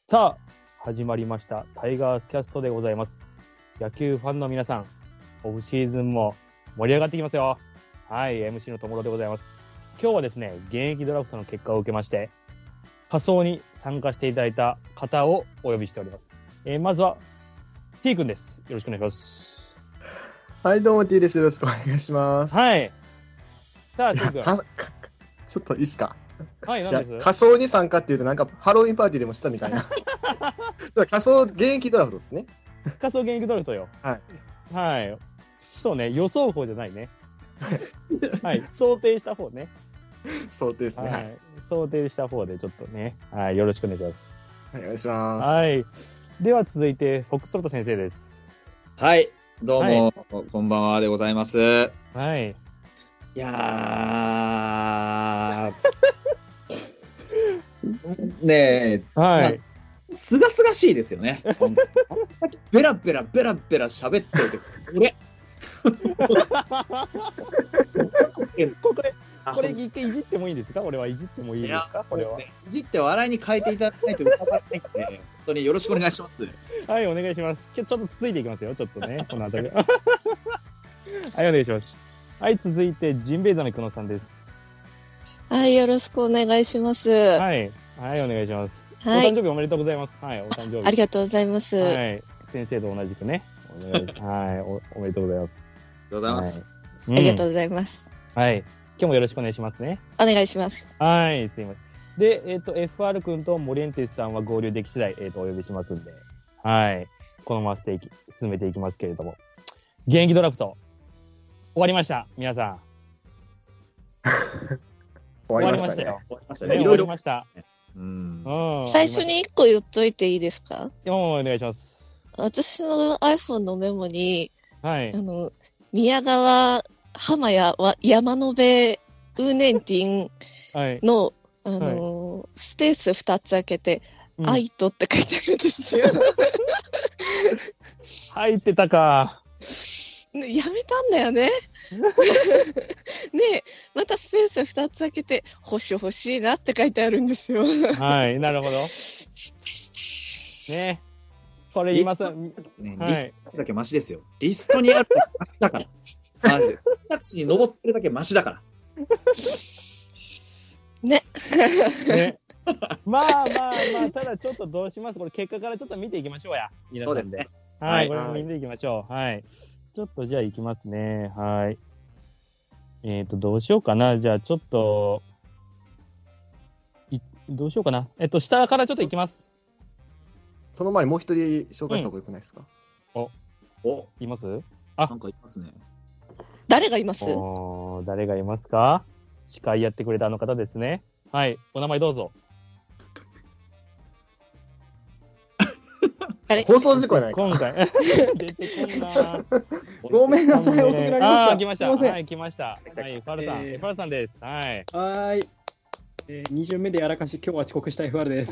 さあ始まりましたタイガースキャストでございます。野球ファンの皆さん、オフシーズンも盛り上がってきますよ。はい、 MC のともろでございます。今日はですね、現役ドラフトの結果を受けまして仮装に参加していただいた方をお呼びしております。まずは T 君です。よろしくお願いします。 はい、どうも T です。よろしくお願いします。 はい。さあ T 君、 ちょっといいっすか。 はい、何です？ 仮装に参加っていうとなんかハロウィンパーティーでもしたみたいな。仮装現役ドラフトですね。 仮装現役ドラフトよ。 はい。 はい。そうね、予想法じゃないね。はい、想定した方ね。 想定ですね。 はい。想定した方でちょっとね、はい、よろしくお願いします。 はい、お願いします。 はい。では続いて、フォックストロット先生です。 はい、どうも、 はい、 こんばんはでございます。 はい。 いやねえ、 はい。 すがすがしいですよね。ベラベラベラベラ喋ってるけど、 これ一回いじってもいいですか？俺はいじってもいいですか？これは。 いじって笑いに変えていただかないと伺わないので、本当によろしくお願いします。 はい、お願いします。ちょっと続いていきますよ。ちょっとね、このあたり。はい、お願いします。はい、続いて、ジンベエザメ久野さんです。 はい、よろしくお願いします。 はい、はい、お願いします。 はい、 お誕生日おめでとうございます。はい、お誕生日。 ありがとうございます。 はい、先生と同じくね。はい、おめでとうございます。 ありがとうございます。 ありがとうございます。 はい、今日もよろしくお願いしますね。 お願いします。 はい、すいません。で、FR 君とモリエンテスさんは合流でき次第、お呼びしますんで、はい、このまま進めていきますけれども、現役ドラフト、終わりました、皆さん。 終わりましたよ。 終わりました。 最初に1個言っといていいですか？ お願いします。 私の iPhone のメモに、 はい、 宮川、浜谷、山野辺、ウーネンティンの、スペース2つ開けて、アイトって書いてあるんですよ。 入ってたか。 やめたんだよね。ねえ、またスペース2つ開けて、星欲しいなって書いてあるんですよ。 はい、なるほど。 失敗した。 ね。これ今さ、 リストだけマシですよ。リストにあるだけマシだから。マジで。タッチに登ってるだけマシだから。 ね。 ね。まあ、ただちょっとどうします？これ結果からちょっと見ていきましょうや。皆さんで。そうですね。はい、これも見ていきましょう。はい。ちょっとじゃあ行きますね。はい。どうしようかな。じゃあちょっと、どうしようかな。下からちょっと行きます。 その前にもう一人紹介した方がよくないですか？ います？ なんかいますね。 誰がいます？ 誰がいますか？司会やってくれたあの方ですね。はい。お名前どうぞ。 放送事故やないか。 今回出てこんな。 ごめんなさい、遅くなりました。 来ました。はい、来ました。はい、ファルさん、ファルさんです。はい。 はい。2巡目でやらかし、今日は遅刻した FR です。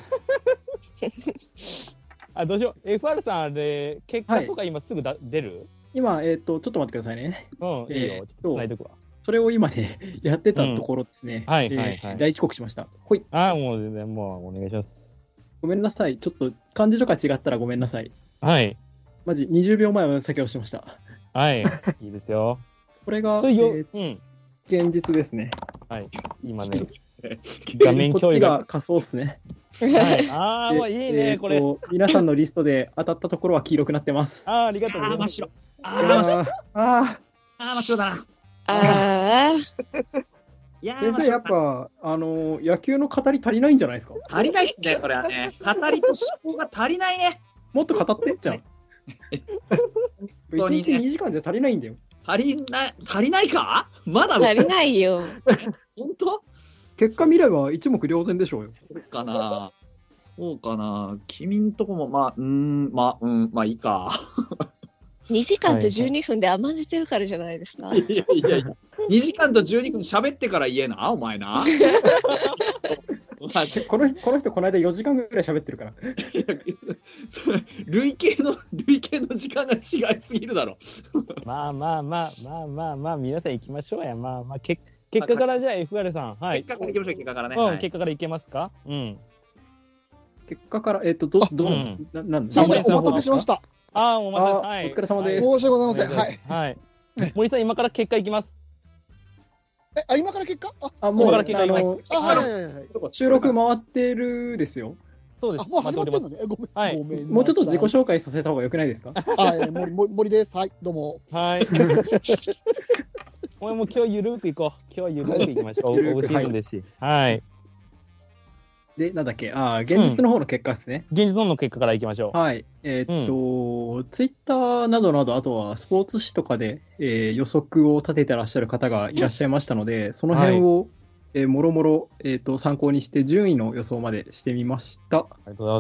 どうしよう。FR さん、あれ、結果とか今すぐ出る？ 今、ちょっと待ってくださいね。 いいよ。ちょっと繋いでくわ。 それを今ね、やってたところですね。 はい。 大遅刻しました。ほい。 もう全然、もうお願いします。 ごめんなさい。ちょっと漢字とか違ったらごめんなさい。 はい。 マジ20秒前は先をしてました。 はい。いいですよ。 これが、現実ですね。 はい。今ね、画面共有が仮想ですね。 はい。もういいね、これ。 皆さんのリストで当たったところは黄色くなってます。 ありがとうございます。 真っ白だな。 先生、やっぱ、野球の語り足りないんじゃないですか？ 足りないっすね、これはね。語りと思考が足りないね。 もっと語ってんじゃん。1日2時間じゃ足りないんだよ。 足りないか？まだ足りないよ。 本当？ 結果見れば一目瞭然でしょうよ。 そうかな。君んとこも、まあいいか。 2時間と12分で甘んじてるからじゃないですか。 いや2時間と12分喋ってから言えな、お前な。 この人この間4時間ぐらい喋ってるから。 それ累計の時間が違いすぎるだろ。 まあ皆さん行きましょうや。結果からじゃあ FR さん、はい。 結果から行きましょう。結果からね。 結果からいけますか？うん。 結果から、なんであお待たせしました。 お待たせ、はい。 お疲れ様です。 申し訳ございません。はい。 はい。森さん、今から結果いきます。 今から結果もう、 今から結果いきます。 収録回ってるですよ。 そうです。 もう始まってるのね。ごめん。 はい。 もうちょっと自己紹介させた方がよくないですか？ 森です。はい、どうも。 はい。もう今日ゆるくいこう。今日はゆるくいきましょう。オフシーズンですし。はい。 で、なんだっけ、現実の方の結果ですね。 現実の方の結果からいきましょう。 はい。ツイッターなどなど、あとはスポーツ紙とかで、予測を立ててらっしゃる方がいらっしゃいましたので、その辺を、もろもろ、参考にして順位の予想までしてみました。 ありがとうございます。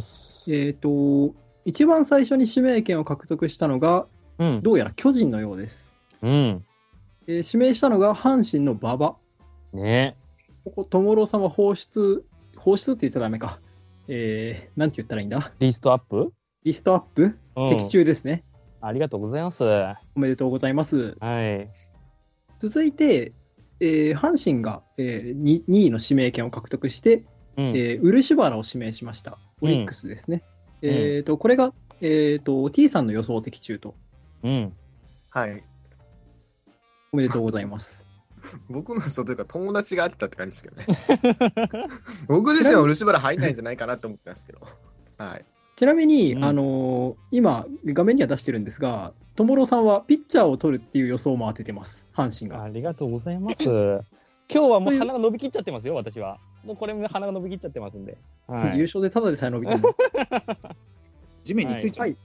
一番最初に指名権を獲得したのが、どうやら巨人のようです。指名したのが阪神の馬場。 ね。 ここ、友郎さんは放出って言っちゃダメか。なんて言ったらいいんだ？ リストアップ的中ですね。 ありがとうございます。 おめでとうございます。 はい。 続いて、阪神が、2位の指名権を獲得して、漆原を指名しました。オリックスですね。これが、T さんの予想的中と。 はい。 おめでとうございます。 僕の予想というか友達が当てたって感じですけどね。僕自身は漆原入んないんじゃないかなと思ったんですけど。はい。 ちなみに、今、画面には出してるんですが、友郎さんはピッチャーを取るっていう予想も当ててます、阪神が。 ありがとうございます。今日はもう鼻が伸びきっちゃってますよ、私は。もうこれも鼻が伸びきっちゃってますんで。 優勝でただでさえ伸びてる。 地面についちゃう。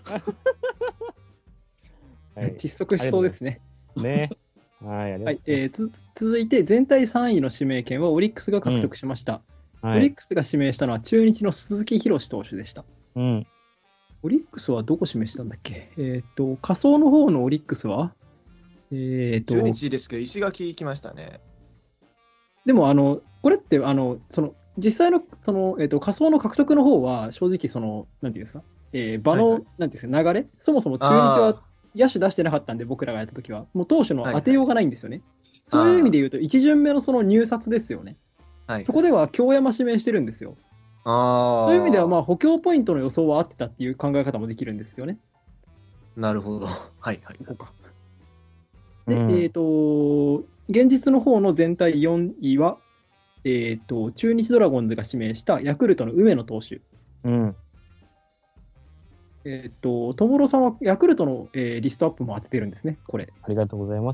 窒息しそうですね。 ね。はい、 続いて全体3位の指名権はオリックスが獲得しました。オリックスが指名したのは中日の鈴木宏投手でした。オリックスはどこ指名したんだっけ？仮想の方のオリックスは中日ですけど、石垣行きましたね。 でも、これって、実際の、仮想の獲得の方は、正直、なんていうんですか、場の、なんていうんですか、流れ、そもそも中日は野手出してなかったんで、僕らがやったときは、もう投手の当てようがないんですよね。そういう意味で言うと、1巡目のその入札ですよね。そこでは京山指名してるんですよ。そういう意味では、補強ポイントの予想は合ってたっていう考え方もできるんですよね。 なるほど。はいはい。 ここか。で、現実の方の全体4位は、中日ドラゴンズが指名したヤクルトの梅野投手。友郎さんはヤクルトの、リストアップも当ててるんですね、これ。 ありがとうございます。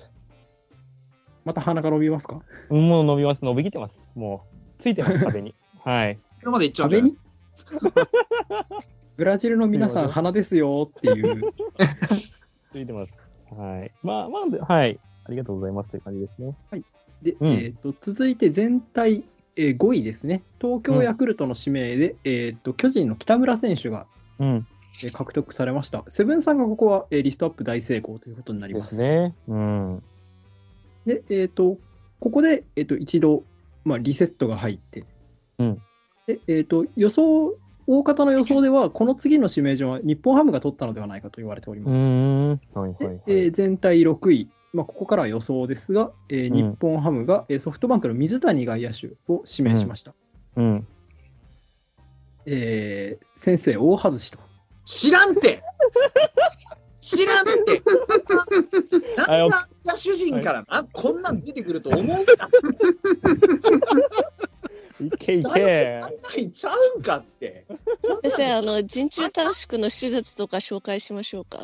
また鼻が伸びますか？ もう伸びます。伸びきってます。もう、ついてます、壁に。はい。 今まで行っちゃうんじゃないですか？ブラジルの皆さん、鼻ですよっていう。 ついてます。はい。はい。ありがとうございますという感じですね。 はい。で、続いて全体、5位ですね。東京ヤクルトの指名で、巨人の北村選手が、獲得されました。セブンさんがここは、リストアップ大成功ということになります。 ですね。 で、ここで、一度、リセットが入って、で、予想、大方の予想では、この次の指名順は日本ハムが取ったのではないかと言われております。全体6位、ここからは予想ですが、日本ハムがソフトバンクの水谷外野手を指名しました。先生、大外しと。 知らんて知らんてなんだ野手陣からこんなん出てくると思うかいけいけ。 ないちゃうんかって。 先生、陣中短縮の手術とか紹介しましょうか。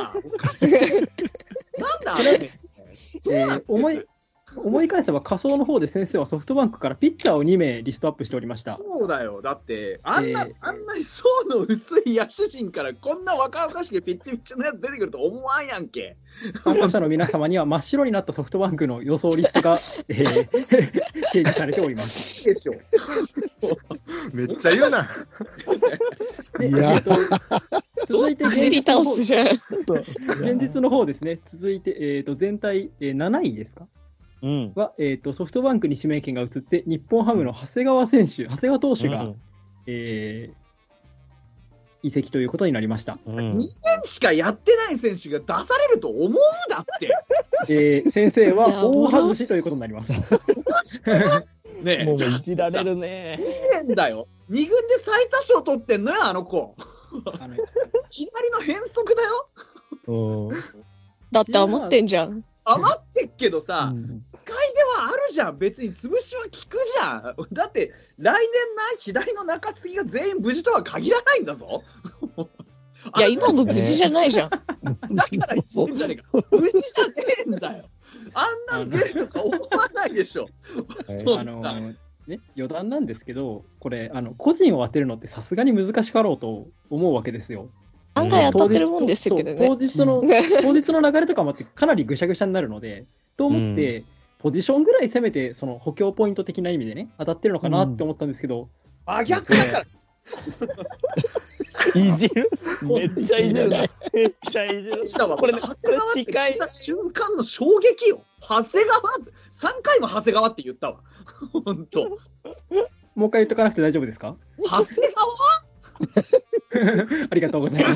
なんだ思い返せば仮想の方で先生はソフトバンクからピッチャーを2名リストアップしておりました。 そうだよ。だって、あんな層の薄い野手陣からこんな若々しくピッチピチのやつ出てくると思わんやんけ。 参加者の皆様には真っ白になったソフトバンクの予想リストが、掲示されております。 でしょ。 めっちゃ言うな。 続いて現実の方ですね。続いて、全体、7位ですか？は、ソフトバンクに指名権が移って日本ハムの長谷川投手が、移籍ということになりました。 2年しかやってない選手が出されると思うだって。 先生は大外しということになります。 ねえ。 もういじられるね。 2年だよ。2軍で最多勝取ってんのよ、あの子。左の変則だよ。 だって余ってんじゃん。 余ってっけどさ、使い手はあるじゃん。別に潰しは効くじゃん。だって来年な、左の中継ぎが全員無事とは限らないんだぞ。 いや、今も無事じゃないじゃん。 だから言ってんじゃねえか。無事じゃねえんだよ。あんなん出るとか思わないでしょ。 ね、余談なんですけど、これ個人を当てるのってさすがに難しかろうと思うわけですよ。 案外当たってるもんですけどね。 当日の流れとかもあってかなりぐしゃぐしゃになるので、と思って、ポジションぐらいせめてその補強ポイント的な意味でね、当たってるのかなって思ったんですけど、 真逆だから。 いじるめっちゃいじるね。めっちゃいじる。 これ司会の瞬間の衝撃よ。長谷川、3回も長谷川って言ったわ。本当。 もう一回言っとかなくて大丈夫ですか？ 長谷川ありがとうございます。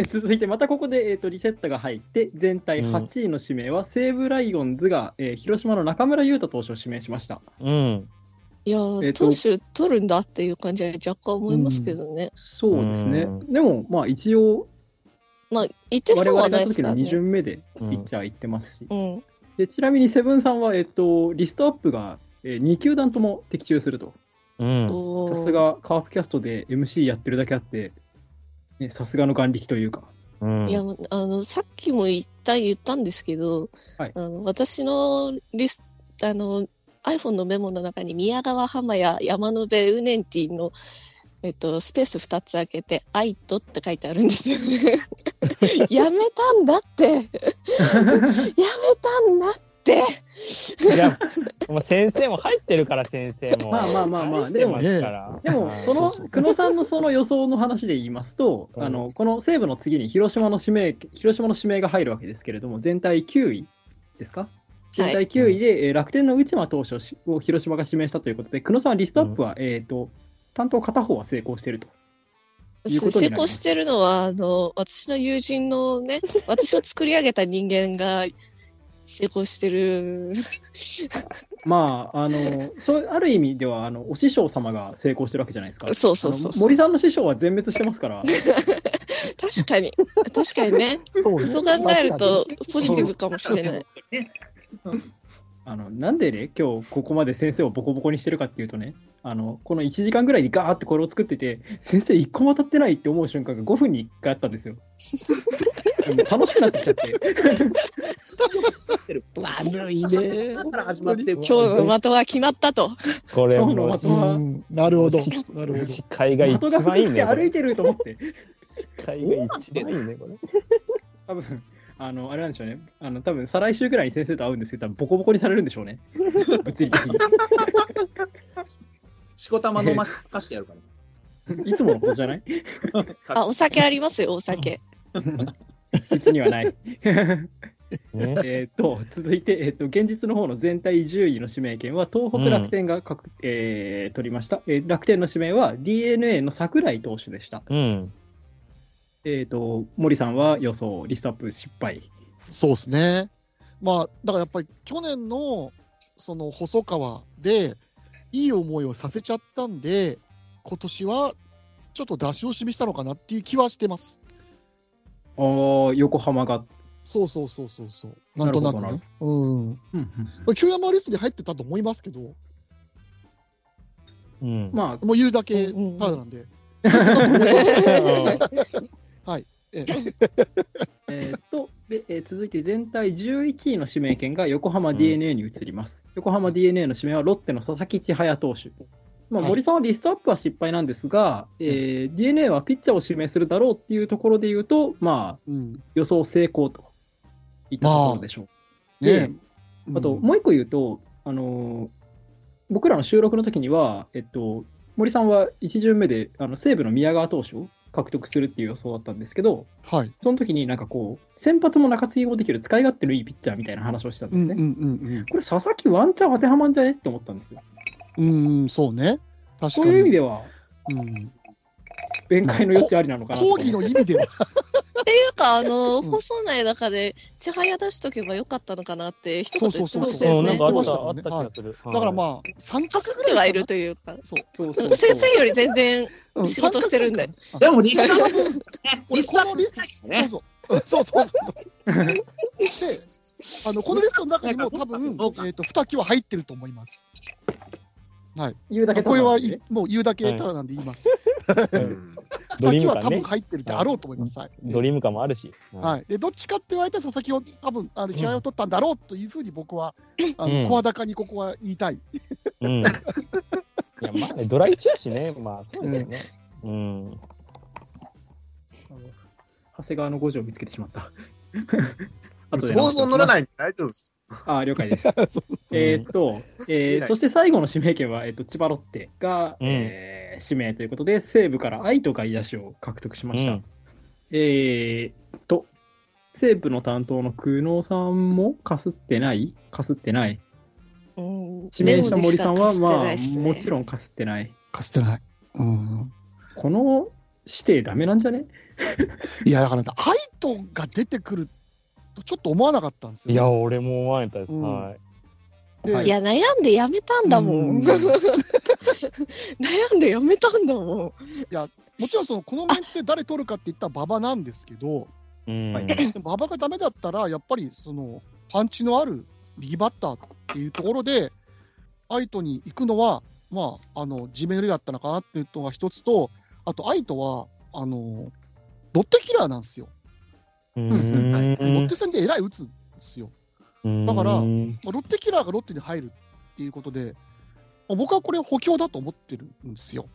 続いてまたここで、リセットが入って全体8位の指名は、西武ライオンズが、広島の中村優太投手を指名しました。 いや投手取るんだっていう感じは若干思いますけどね。 そうですね。でもまあ一応言ってそうはないですからね。 我々が時の2巡目でピッチャー行ってますし、でちなみにセブンさんはリストアップが、2球団とも的中すると。さすがカープキャストで MC やってるだけあって、ね、さすがの眼力というか。 いやさっきも言ったんですけど、私のiPhone のメモの中に宮川浜や山辺ウネンティの、スペース2つ開けて「アイト」って書いてあるんですよね。やめたんだってやめたんだっていや、先生も入ってるから、先生も。 まあでもその久野さんのその予想の話で言いますと、この西武の次に広島の指名が入るわけですけれども、全体9位ですか？全体9位で、楽天の内間投手を広島が指名したということで、久野さんはリストアップは、担当片方は成功しているということになります。 成功してるのは私の友人のね、私を作り上げた人間が成功してる。 まあそうある意味ではお師匠様が成功してるわけじゃないですか。 そう森さんの師匠は全滅してますから。 確かにね。そう考えるとポジティブかもしれない。 なんでね、今日ここまで先生をボコボコにしてるかっていうとね、この1時間ぐらいにガーってこれを作ってて、先生1個も当たってないって思う瞬間が5分に1回あったんですよ。楽しくなってきちゃって。 悪いね。 今日の的は決まったと。 これもなるほど。 司会が一番いいね。 歩いてると思って。 司会が一番いいね、これ。 多分あれなんでしょうね。多分再来週ぐらいに先生と会うんですけど、多分ボコボコにされるんでしょうね。物理的に。 しこたま飲ましかしてやるから。 いつものことじゃない？ お酒ありますよ、お酒。 うちにはない。続いて、現実の方の全体10位の指名権は東北楽天が取りました。楽天の指名は DNA の櫻井投手でした。森さんは予想リストアップ失敗。 そうですね。まあだからやっぱり去年のその細川でいい思いをさせちゃったんで、今年はちょっと出し惜しみしたのかなっていう気はしてます。 横浜が。 そう。なんとなくね。清山リストに入ってたと思いますけど。まあもう言うだけただなんで。はい。 続いて全体11位の指名権が横浜 DNA に移ります。横浜 DNA の指名はロッテの佐々木千隼投手。森さんはリストアップは失敗なんですが、DNA はピッチャーを指名するだろうっていうところで言うと、予想成功といったところでしょう。で、あともう一個言うと、僕らの収録の時には、森さんは1巡目で西武の宮川投手を獲得するっていう予想だったんですけど、その時になんかこう先発も中継ぎもできる使い勝手のいいピッチャーみたいな話をしたんですね。これ佐々木ワンチャン当てはまんじゃねって思ったんですよ。 そうね。確かに。 そういう意味では、 弁解の余地ありなのかなとか。 講義の意味では。 っていうか、放送内の中で、千早出しとけばよかったのかなって、一言言ってましたよね。 なんかあった気がする。 だからまあ、3 かす角ぐらい。 ってはいるというか。 そう先生より全然仕事してるんで。 でもリスナーのリスナーのリスナーそう。で、このリストの中にも多分、2機は入ってると思います。はい。 言うだけこれはもう言うだけただなんで言います。 ドリームは多分入ってるであろうと思います。 ドリーム感もあるし。 はい。で、どっちかって言われたら佐々木を多分、試合を取ったんだろうというふうに僕は、声高にここは言いたい。 いや、まあね、ドラ1やしね。まあ、そうですよね。 長谷川の5時を見つけてしまった。 放送乗らないんで大丈夫です。 了解です。そして最後の指名権は、千葉ロッテが、指名ということで、西武から愛と外野手を獲得しました。西武の担当の久野さんもかすってない。指名した森さんは、まあ、もちろんかすってない。 かすってない。 この指定ダメなんじゃね？ いや、だから愛とが出てくるとちょっと思わなかったんですよ。 いや、俺も思わなかったです。はい。 いや、悩んでやめたんだもん。悩んでやめたんだもん。いや、もちろんこのメンツで誰取るかって言ったら馬場なんですけど、馬場がダメだったら、やっぱりパンチのある右バッターっていうところで、愛とに行くのは、まあ、自明だったのかなっていうのが一つと、あと、愛とは、ロッテキラーなんですよ。ロッテ戦でえらい打つんですよ。だから、ロッテキラーがロッテに入るっていうことで、僕はこれ補強だと思ってるんですよ。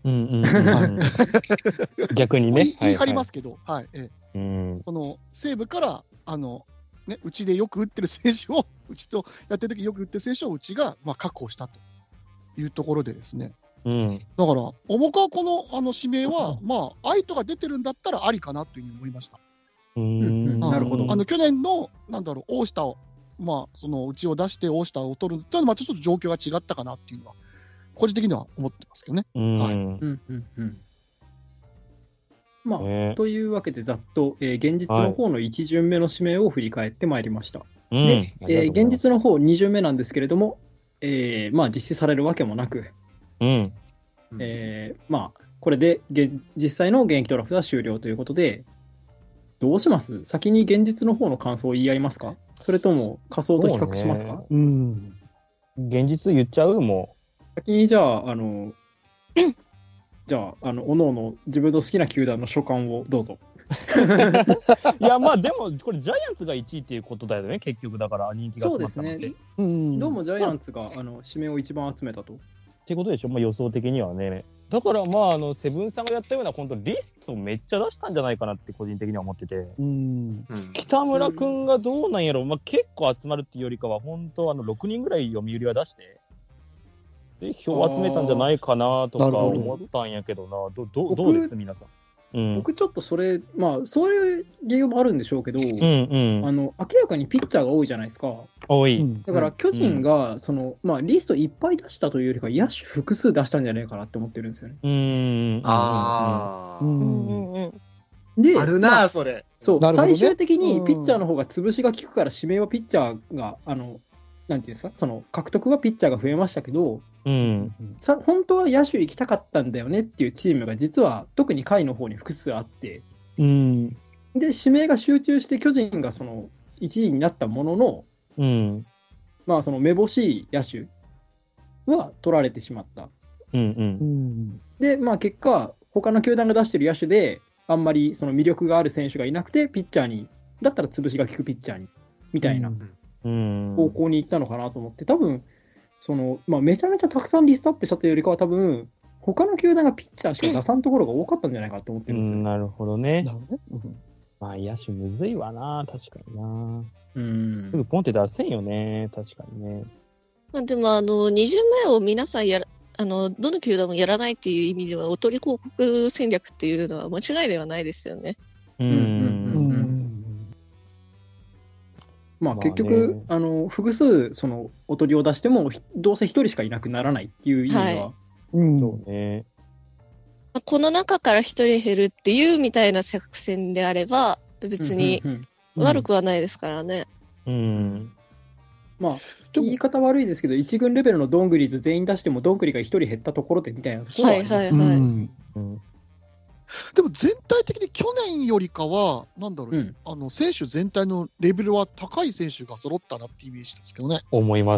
逆にね。 言い張りますけど、西武から、うちでよく打ってる選手を、うちとやってる時によく打ってる選手をうちが、確保したというところでですね。だから、僕はこの指名は、愛とが出てるんだったらありかなというふうに思いました。 なるほど。 去年の、大下を、うちを出して大下を取るというのは、ちょっと状況が違ったかなっていうのは、個人的には思ってますけどね。 というわけで、ざっと、現実の方の1巡目の指名を振り返ってまいりました。で、現実の方2巡目なんですけれども、実施されるわけもなく、これで実際の現役ドラフトは終了ということで、どうします？先に現実の方の感想を言い合いますか？それとも仮想と比較しますか？ 現実言っちゃう？もう。先にじゃあ、おのおの自分の好きな球団の所感をどうぞ。 いや、でも、これジャイアンツが1位っていうことだよね、結局。だから人気が集まったのって。 そうですね。どうもジャイアンツが指名を一番集めたと。 ってことでしょ、予想的にはね。だからセブンさんがやったような本当リストめっちゃ出したんじゃないかなって個人的には思ってて、北村君がどうなんやろ、結構集まるっていうよりかは本当6人ぐらい読売は出してで票を集めたんじゃないかなとか思ったんやけどな。どうです皆さん？ 僕ちょっとそれそういう理由もあるんでしょうけど、明らかにピッチャーが多いじゃないですか。 多い。 だから巨人がリストいっぱい出したというよりか野手複数出したんじゃないかなって思ってるんですよね。 で、あるなそれ。 そう、最終的にピッチャーの方が潰しが効くから指名はピッチャーがなんていうんですか、獲得はピッチャーが増えましたけど、本当は野手行きたかったんだよねっていうチームが実は特に下位の方に複数あって、で指名が集中して巨人が1位になったものの、めぼしい野手は取られてしまった。で、結果他の球団が出してる野手であんまり魅力がある選手がいなくて、ピッチャーにだったら潰しが効くピッチャーにみたいな方向に行ったのかなと思って、多分めちゃめちゃたくさんリストアップしたというよりかは、多分他の球団がピッチャーしか出さんところが多かったんじゃないかと思ってるんですよ。 なるほどね。野手むずいわな、確かにな。すぐポンって出せんよね、確かにね。 でも2巡目を皆さんどの球団もやらないっていう意味では、おとり広告戦略っていうのは間違いではないですよね。 結局、複数おとりを出してもどうせ1人しかいなくならないっていう意味では、 そうね。 この中から1人減るっていうみたいな作戦であれば、別に悪くはないですからね。 まあ、言い方悪いですけど、1軍レベルのどんぐりず全員出しても、どんぐりが1人減ったところでみたいなところはあります。 でも全体的に去年よりかは、なんだろう、選手全体のレベルは高い選手が揃ったなってイメージですけどね。 思います。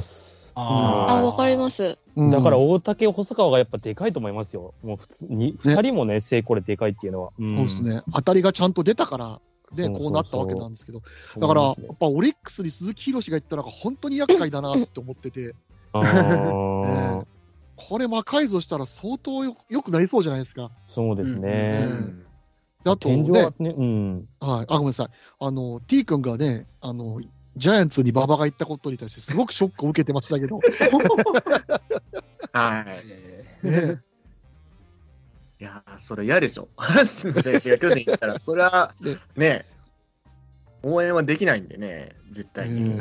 わかります。 だから大竹、細川がやっぱでかいと思いますよ。もう普通に、2人もね、成功ででかいっていうのは。 そうですね。当たりがちゃんと出たから、で、こうなったわけなんですけど。だから、やっぱオリックスに鈴木宏が行ったのが本当に厄介だなって思ってて。これ魔改造したら相当よくなりそうじゃないですか。 そうですね。 あとね、はい、ごめんなさい。T 君がね、ジャイアンツに馬場が行ったことに対してすごくショックを受けてましたけど。 はい。いやー、それ嫌でしょ。阪神の選手が巨人に行ったら、それはね、応援はできないんでね、絶対に。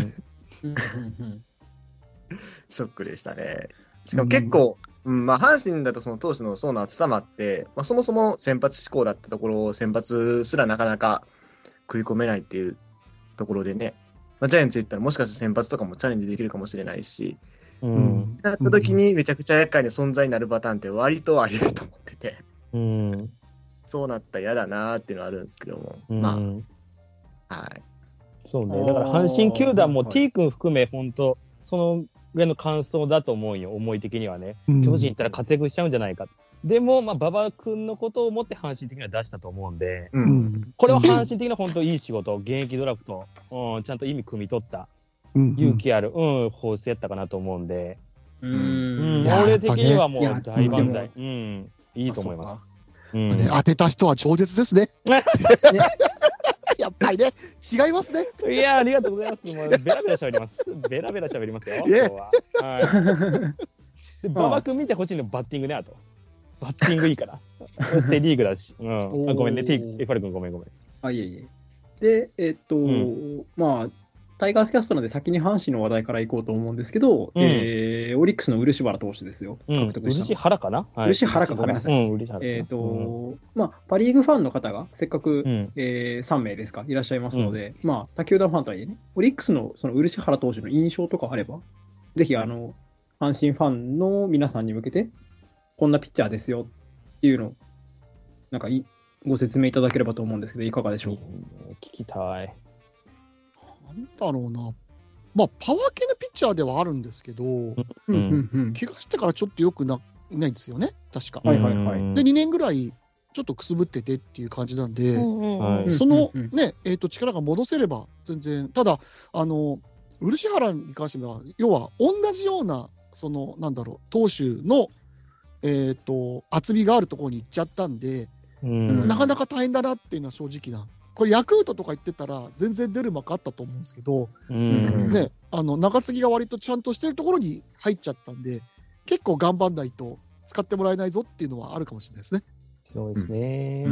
ショックでしたね。しかも結構、まあ、阪神だとその投手の層の厚さもあって、まあ、そもそも先発志向だったところを先発すらなかなか食い込めないっていうところでね、まあ、ジャイアンツ行ったらもしかして先発とかもチャレンジできるかもしれないし、なった時にめちゃくちゃ厄介な存在になるパターンって割とあり得ると思ってて、そうなったら嫌だなーっていうのはあるんですけども、まあ、はい。 そうね、だから阪神球団も T 君含め、本当、そのぐらいの感想だと思うよ、思い的にはね。巨人行ったら活躍しちゃうんじゃないか。でも、まあ、馬場君のことを思って阪神的には出したと思うんで、これは阪神的な本当いい仕事、現役ドラフト、ちゃんと意味汲み取った、勇気ある、放出やったかなと思うんで、俺的にはもう大万歳。いいと思います。 当てた人は超絶ですね。やっぱりね、違いますね。 いや、ありがとうございます。もうベラベラ喋ります。ベラベラ喋りますよ、今日は。で、馬場君見てほしいの、バッティングね、あと。バッティングいいから。セリーグだし。ごめんね、エファル君ごめん。 いえいえ。で、まあ、タイガースキャストなんで先に阪神の話題からいこうと思うんですけど、オリックスの漆原投手ですよ。 漆原かな？ 漆原か、ごめんなさい。まあ、パ・リーグファンの方がせっかく3名ですか、いらっしゃいますので、まあ、他球団ファンとはいえね、オリックスのその漆原投手の印象とかあれば、ぜひ、阪神ファンの皆さんに向けて、こんなピッチャーですよっていうのを、なんかご説明いただければと思うんですけど、いかがでしょう？ 聞きたい。 なんだろうな。まあ、パワー系のピッチャーではあるんですけど、怪我してからちょっとよくないんですよね、確か。で、2年ぐらい、ちょっとくすぶっててっていう感じなんで、そのね、力が戻せれば、全然、ただ、漆原に関しては、要は、同じような、なんだろう、投手の、厚みがあるところに行っちゃったんで、なかなか大変だなっていうのは正直な。これヤクルトとか言ってたら全然出る幕あったと思うんですけど、ね、中継ぎが割とちゃんとしてるところに入っちゃったんで、結構頑張んないと使ってもらえないぞっていうのはあるかもしれないですね。 そうですね。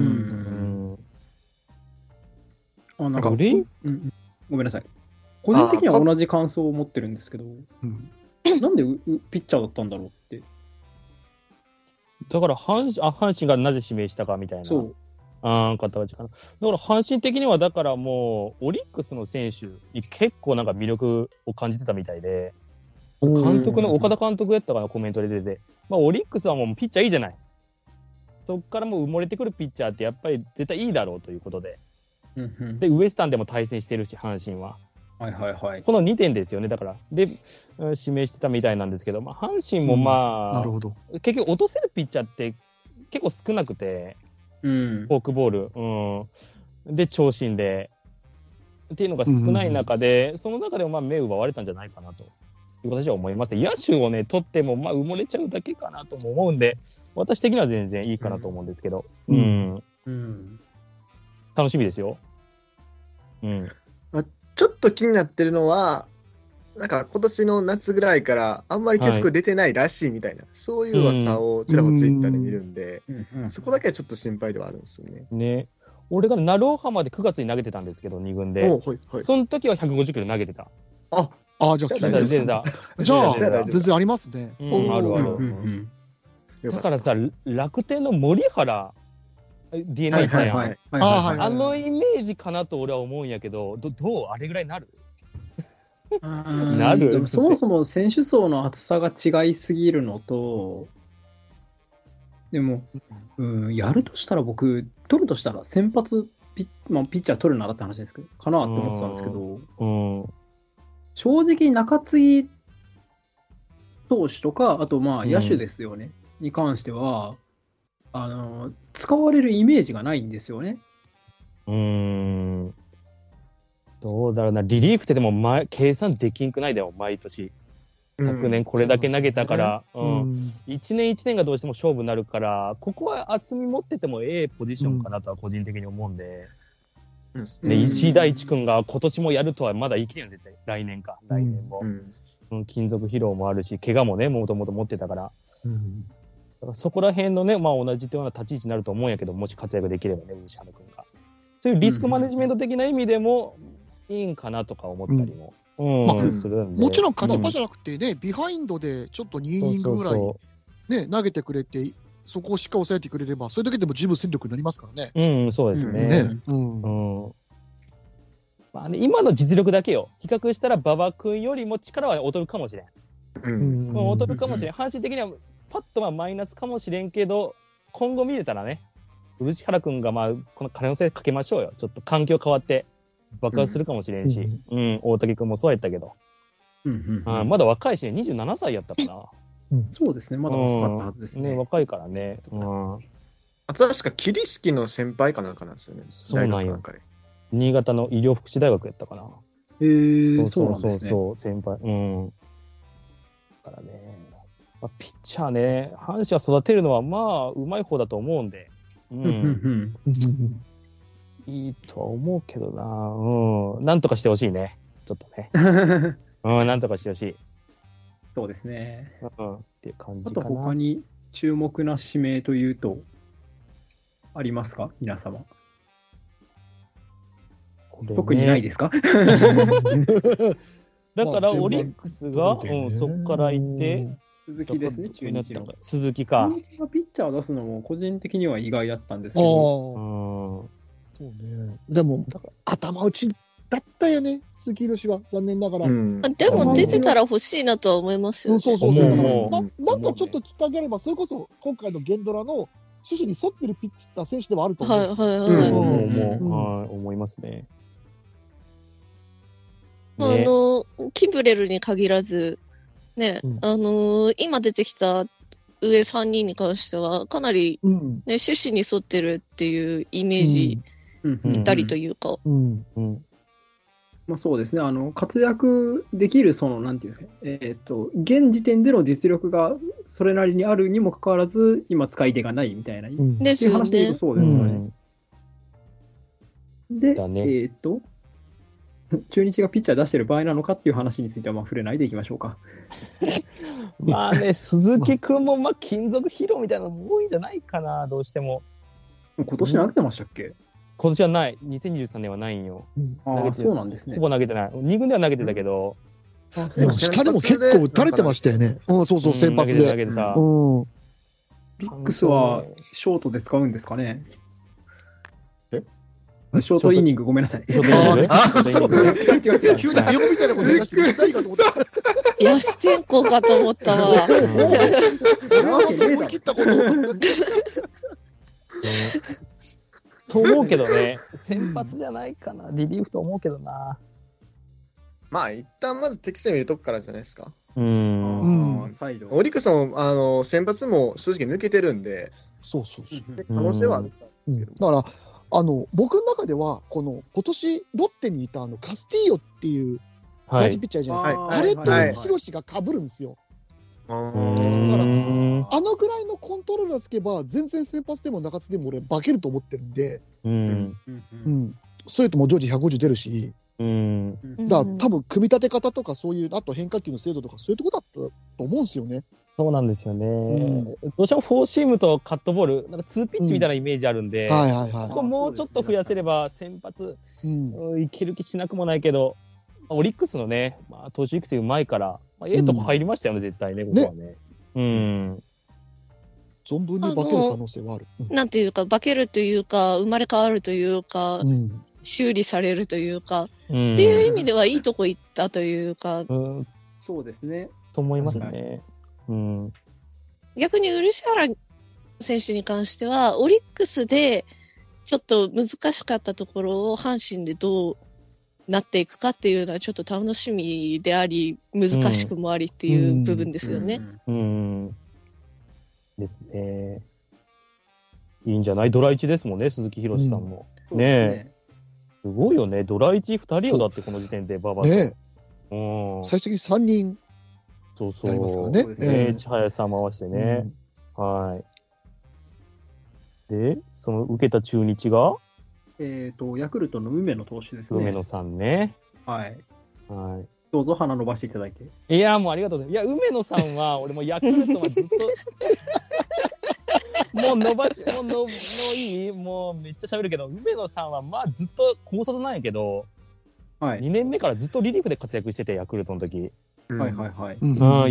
なんかごめんなさい。個人的には同じ感想を持ってるんですけど、なんでピッチャーだったんだろうって。 だから阪神がなぜ指名したかみたいな。形かな。だから阪神的には、だからもう、オリックスの選手に結構なんか魅力を感じてたみたいで、監督の岡田監督やったかな、コメントで出て、まあ、オリックスはもうピッチャーいいじゃない。そこからもう埋もれてくるピッチャーってやっぱり絶対いいだろうということで。で、ウエスタンでも対戦してるし、阪神は。この2点ですよね、だから。で、指名してたみたいなんですけど、まあ、阪神もまあ、 なるほど。 結局落とせるピッチャーって結構少なくて、フォークボール、で、長身で、っていうのが少ない中で、その中でもまあ目奪われたんじゃないかなと、私は思います。野手をね、取っても、まあ埋もれちゃうだけかなとも思うんで、私的には全然いいかなと思うんですけど、楽しみですよ。 ちょっと気になってるのは、なんか今年の夏ぐらいからあんまり結局出てないらしいみたいな、そういう噂をちらほらツイッターで見るんで、そこだけはちょっと心配ではあるんですよね。 俺が鳴尾浜で9月に投げてたんですけど、2軍で。その時は150キロ投げてた。 じゃあ全然ありますね。 ある。 よかった。 だからさ、楽天の森原、DNA 行ったやん。あのイメージかなと俺は思うんやけど、どうあれぐらいなる？なる？ でもそもそも選手層の厚さが違いすぎるのと、でも、やるとしたら取るとしたら先発ピッチャー取るならって話ですけど、かなって思ってたんですけど、正直中継ぎ投手とか、あと野手ですよね、に関しては、使われるイメージがないんですよね。 どうだろうな、リリーフってでも計算できんくないでも、毎年。昨年これだけ投げたから、一年一年がどうしても勝負になるから、ここは厚み持っててもポジションかなとは個人的に思うんで、石井大地君が今年もやるとはまだ言い切れない、絶対。来年も。金属疲労もあるし、怪我もね、もともと持ってたから。だからそこら辺のね、同じような立ち位置になると思うんやけど、もし活躍できればね、西原君が。そういうリスクマネジメント的な意味でもいいんかなとか思ったりも。するんで。 もちろん勝ちパじゃなくてね、ビハインドでちょっと2イニングぐらいね、投げてくれて、そこをしっかり抑えてくれれば、それだけでも十分戦力になりますからね。 そうですね。今の実力だけよ。比較したら馬場君よりも力は劣るかもしれん。劣るかもしれん。阪神的にはパッとマイナスかもしれんけど、今後見れたらね、漆原君がこの可能性かけましょうよ。ちょっと環境変わって。爆発するかもしれんし、大竹君もそうやったけど、まだ若いしね、27歳やったかな。 そうですね、まだ若かったはずですね。 若いからね。 あと確か、桐敷の先輩かなんかなんですよね。 そうなんや。新潟の医療福祉大学やったかな。 そうなんですね。 先輩。だからね、ピッチャーね、阪神は育てるのはうまい方だと思うんで。いいとは思うけどな。なんとかしてほしいね。ちょっとね。なんとかしてほしい。 そうですね。 っていう感じかな。 あと他に注目な指名というと、ありますか皆様。特にないですかだからオリックスが、そこから行って、 鈴木ですね、中日の。 鈴木か。 中日がピッチャーを出すのも個人的には意外だったんですけど。 そうね。でも、だから頭打ちだったよね、鈴木宏は。残念ながら。 でも出てたら欲しいなとは思いますよね。 なんかちょっときっかけあれば、それこそ今回のゲンドラの趣旨に沿ってるピッチャー選手ではあると思う。 思いますね。 キブレルに限らず、ね、今出てきた上3人に関しては、かなり、趣旨に沿ってるっていうイメージ、ぴったりというか。 そうですね、活躍できる、なんていうんですか、現時点での実力がそれなりにあるにもかかわらず、今使い手がないみたいな、 ですよね。 そうですよね。で、中日がピッチャー出してる場合なのかっていう話については触れないでいきましょうか。 鈴木君も金属疲労みたいなの多いんじゃないかな、どうしても。 今年投げてましたっけ？ 今年はない。2023年はないんよ。 そうなんですね。 ほぼ投げてない。2軍では投げてたけど。 でも下でも結構打たれてましたよね。そう、先発で。 投げてた。 ビックスはショートで使うんですかね？ショートイニング、ごめんなさい。 ショートイニング。 違う。 急に早みたいなこと言い出して、何かと思った。 野手転向かと思ったわ。 思い切ったこと。 と思うけどね、先発じゃないかな、リリーフと思うけどな。 一旦まず適正を入れとくからじゃないですか。 オリックスも先発も正直抜けてるんで、可能性はあるんですけど。 だから僕の中では今年ロッテにいたカスティーヨっていうラジピッチャーじゃないですか。あれとヒロシが被るんですよ。だからぐらいのコントロールがつけば全然先発でも中継ぎでも俺化けると思ってるんで、ストレートも常時150出るし、だから多分組み立て方とかそういうあと変化球の精度とかそういうところだったと思うんですよね。 そうなんですよね。どうしてもフォーシームとカットボール、なんかツーピッチみたいなイメージあるんで、ここもうちょっと増やせれば先発いける気しなくもないけど、オリックスのね、投手育成うまいから、とこ入りましたよね、絶対ね、ここはね。 存分に化ける可能性はある。 なんていうか、化けるというか、生まれ変わるというか、修理されるというか、っていう意味ではいいとこ行ったというか。 そうですね。 と思いますね。 逆にウルシャラ選手に関しては、オリックスでちょっと難しかったところを阪神でどうなっていくかっていうのはちょっと楽しみであり、難しくもありっていう部分ですよね。 ですね。いいんじゃない？ドラ1ですもんね、鈴木博さんも。ねえ。すごいよね。ドラ1、2人よ、だってこの時点で、馬場さん。 ねえ。最終的に3人やりますからね。 千早さん回してね。はい。で、その受けた中日がヤクルトの梅野投手ですね。 梅野さんね。 はい。 はい。 どうぞ鼻伸ばしていただいて。 いや、もうありがとうございます。いや、梅野さんは、俺もヤクルトはずっと、もう伸ばし、もういいもうめっちゃ喋るけど、梅野さんは、まあずっと高卒なんやけど、 はい。 2年目からずっとリリーフで活躍してて、ヤクルトの時。 はいはいはい。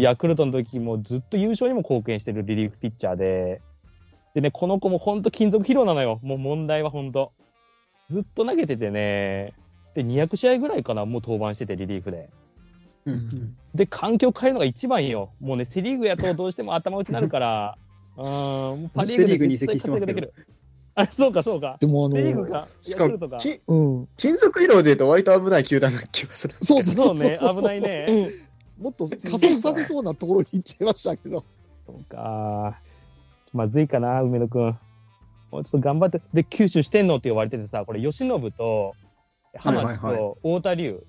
ヤクルトの時もずっと優勝にも貢献してるリリーフピッチャーで、でね、この子もほんと金属疲労なのよ。もう問題はほんと。ずっと投げててね、で、200試合ぐらいかな、もう登板してて、リリーフで。で、環境変えるのが一番よ。もうね、セリーグやとどうしても頭打ちになるから、パリーグで絶対活躍できる。あ、そうか、そうか。 でもセリーグか、 しかも、 金属疲労で言うと割と危ない球団な気がする。 そうね、危ないね。 もっと加速させそうなところに行っちゃいましたけど。 そうか。まずいかな、梅野くん。もうちょっと頑張って。で、九州してんのって呼ばれててさ、これ、由伸と、浜地と太田龍。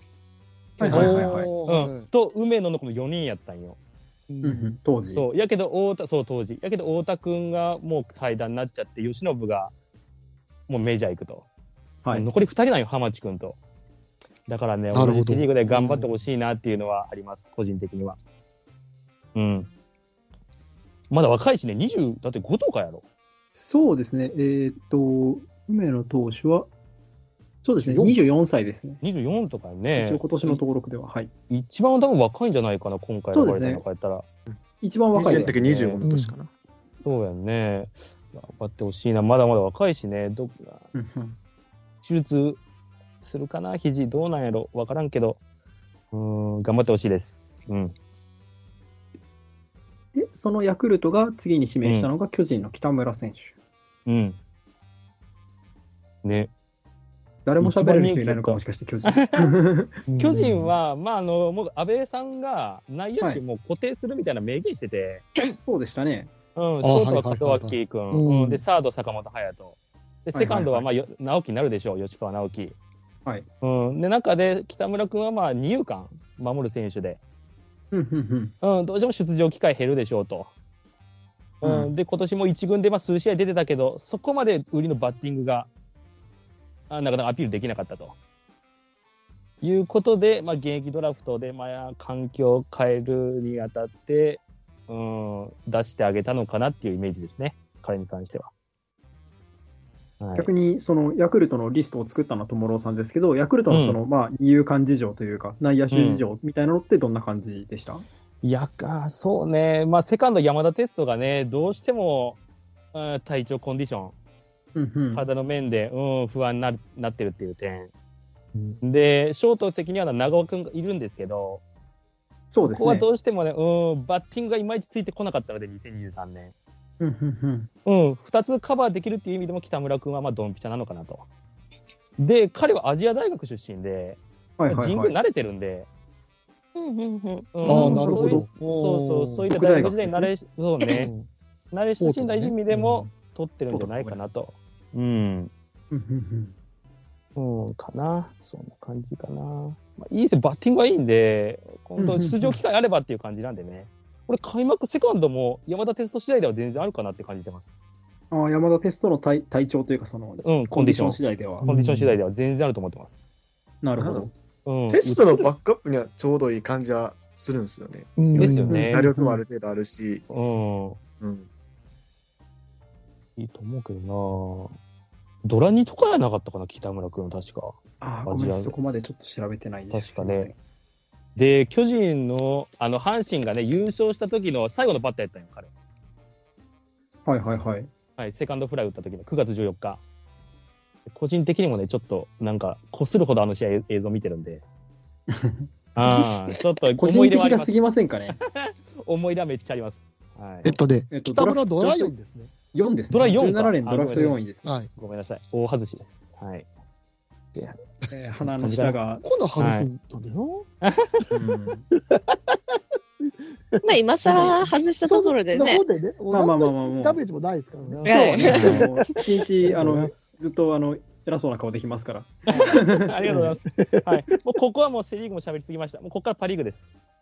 と、梅野のこの4人やったんよ。 当時。 そう、やけど、当時。やけど、太田くんがもう対談になっちゃって、由伸がもうメジャー行くと。残り2人なんよ、浜地くんと。だからね、同じセリーグで頑張ってほしいなっていうのはあります、個人的には。まだ若いしね、20、だって5とかやろ。 そうですね。梅野投手は、そうですね、24歳ですね。 24とかね。 今年の登録では、はい。 一番多分若いんじゃないかな、今回選ばれた中やったら。 一番若いです。 25の年かな。 そうやんね。頑張ってほしいな。まだまだ若いしね。手術するかな、肘。どうなんやろ。わからんけど。頑張ってほしいです。 で、そのヤクルトが次に指名したのが巨人の北村選手。 ね。 誰も喋れる人いないのか、もしかして巨人。 巨人は、もう安倍さんが内野手も固定するみたいな明言してて。 そうでしたね。 ショートは門脇君。で、サード坂本勇人。で、セカンドは直樹になるでしょう、吉川直樹。で、中で北村君は二遊間守る選手で。どうしても出場機会減るでしょうと。で、今年も1軍で数試合出てたけど、そこまで売りのバッティングが、なかなかアピールできなかったと。いうことで、現役ドラフトで、環境を変えるにあたって、出してあげたのかなっていうイメージですね、彼に関しては。 逆に、そのヤクルトのリストを作ったのは友郎さんですけど、ヤクルトのその、二遊間事情というか、内野手事情みたいなのってどんな感じでした？ そうね、セカンド山田哲人がね、どうしても、体調コンディション、体の面で、不安になってるっていう点。で、ショート的には長尾君がいるんですけど、 そうですね。 ここはどうしてもね、バッティングがいまいちついてこなかったので、2023年。2つカバーできるっていう意味でも北村君はドンピシャなのかなと。で、彼はアジア大学出身で、神宮慣れてるんで、 なるほど。 そういった大学時代に慣れ親しんだ意味でも取ってるんじゃないかなと。かな。そんな感じかな。いいですよ、バッティングはいいんで、本当出場機会あればっていう感じなんでね。これ開幕セカンドも山田哲人次第では全然あるかなって感じてます。 山田哲人の体調というかコンディション次第では。 コンディション次第では全然あると思ってます。 なるほど。 テストのバックアップにはちょうどいい感じはするんですよね。 ですよね。 打力もある程度あるし。 いいと思うけどな。ドラ2とかやなかったかな、北村君、確か。 ごめんなさい、そこまでちょっと調べてないです。 確かね。で、巨人の、阪神がね、優勝した時の最後のバッターやったんよ、彼。 はいはいはい。 はい、セカンドフライ打った時の9月14日。個人的にもね、ちょっとなんか、こするほど試合映像見てるんで。ちょっと個人的が過ぎませんかね。 思い出はめっちゃあります。はい、 北村ドラ4ですね。 4ですね。 ドラ4。 17年ドラフト4位です。 はい。ごめんなさい。大外しです。はい。 鼻の下が。 今度外すんだよ。 まあ今更外したところでね。 まあ。 ダメージもないですからね。 一日ずっと偉そうな顔できますから。 ありがとうございます。はい。もうここはもうセリーグも喋りすぎました。もうここからパリーグです。